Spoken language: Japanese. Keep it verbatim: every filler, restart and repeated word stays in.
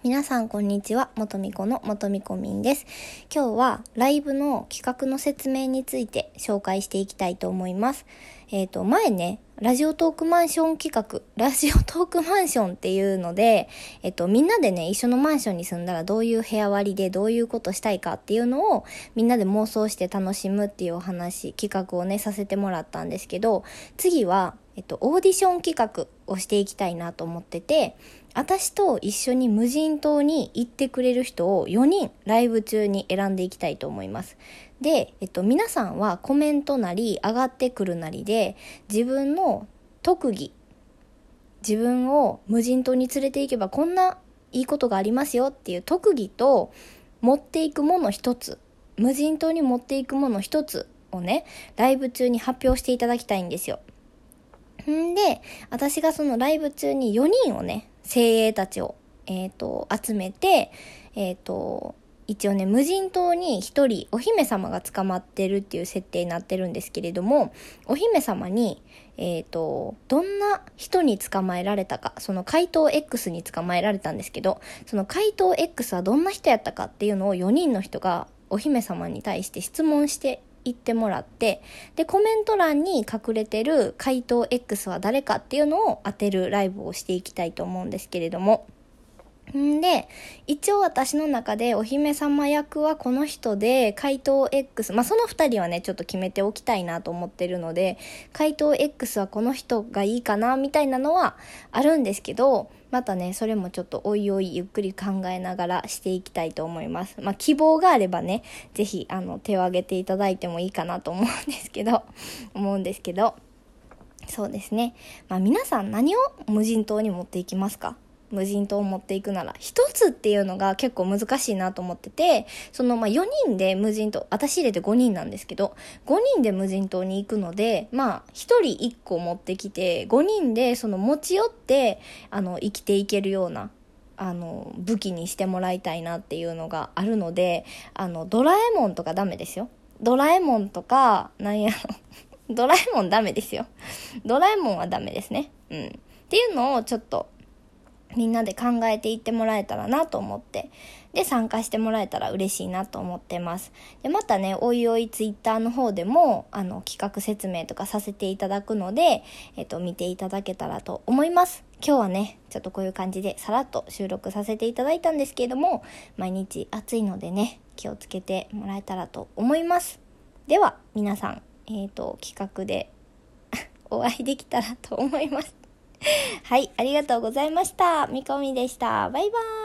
皆さんこんにちは。元美子の元美子みんです。今日はライブの企画の説明について紹介していきたいと思います。えっと前ね、ラジオトークマンション企画、ラジオトークマンションっていうので、えっとみんなでね一緒のマンションに住んだらどういう部屋割りでどういうことしたいかっていうのをみんなで妄想して楽しむっていうお話、企画をねさせてもらったんですけど、次はえっとオーディション企画をしていきたいなと思ってて、私と一緒に無人島に行ってくれる人をよにんライブ中に選んでいきたいと思います。で、えっと、皆さんはコメントなり上がってくるなりで自分の特技、自分を無人島に連れて行けばこんないいことがありますよっていう特技と持っていくもの一つ、無人島に持っていくもの一つをねライブ中に発表していただきたいんですよ。んで、私がそのライブ中によにんをね、精鋭たちを、えっと、集めて、えっと、一応ね、無人島に一人お姫様が捕まってるっていう設定になってるんですけれども、お姫様に、えっと、どんな人に捕まえられたか、その怪盗 X に捕まえられたんですけど、その怪盗 X はどんな人やったかっていうのをよにんの人がお姫様に対して質問して言ってもらって、でコメント欄に隠れてる怪盗 X は誰かっていうのを当てるライブをしていきたいと思うんですけれども、んで一応私の中でお姫様役はこの人で、怪盗 X、まあそのふたりはねちょっと決めておきたいなと思ってるので、怪盗 X はこの人がいいかなみたいなのはあるんですけど、またねそれもちょっとおいおいゆっくり考えながらしていきたいと思います。まあ希望があればねぜひあの手を挙げていただいてもいいかなと思うんですけど思うんですけどそうですね。まあ皆さん何を無人島に持っていきますか？無人島を持っていくなら一つっていうのが結構難しいなと思ってて、そのまあよにんで無人島、私入れてごにんなんですけど、ごにんで無人島に行くので、まあひとりいっこ持ってきてごにんでその持ち寄ってあの生きていけるようなあの武器にしてもらいたいなっていうのがあるので、あのドラえもんとかダメですよ。ドラえもんとかなんやろドラえもんダメですよ。ドラえもんはダメですね。うん。っていうのをちょっとみんなで考えていってもらえたらなと思って、で参加してもらえたら嬉しいなと思ってます。でまたねおいおいツイッターの方でもあの企画説明とかさせていただくので、えっと見ていただけたらと思います。今日はねちょっとこういう感じでさらっと収録させていただいたんですけれども、毎日暑いのでね気をつけてもらえたらと思います。では皆さん、えっと企画でお会いできたらと思います。はい、ありがとうございました。みこみでした。バイバーイ。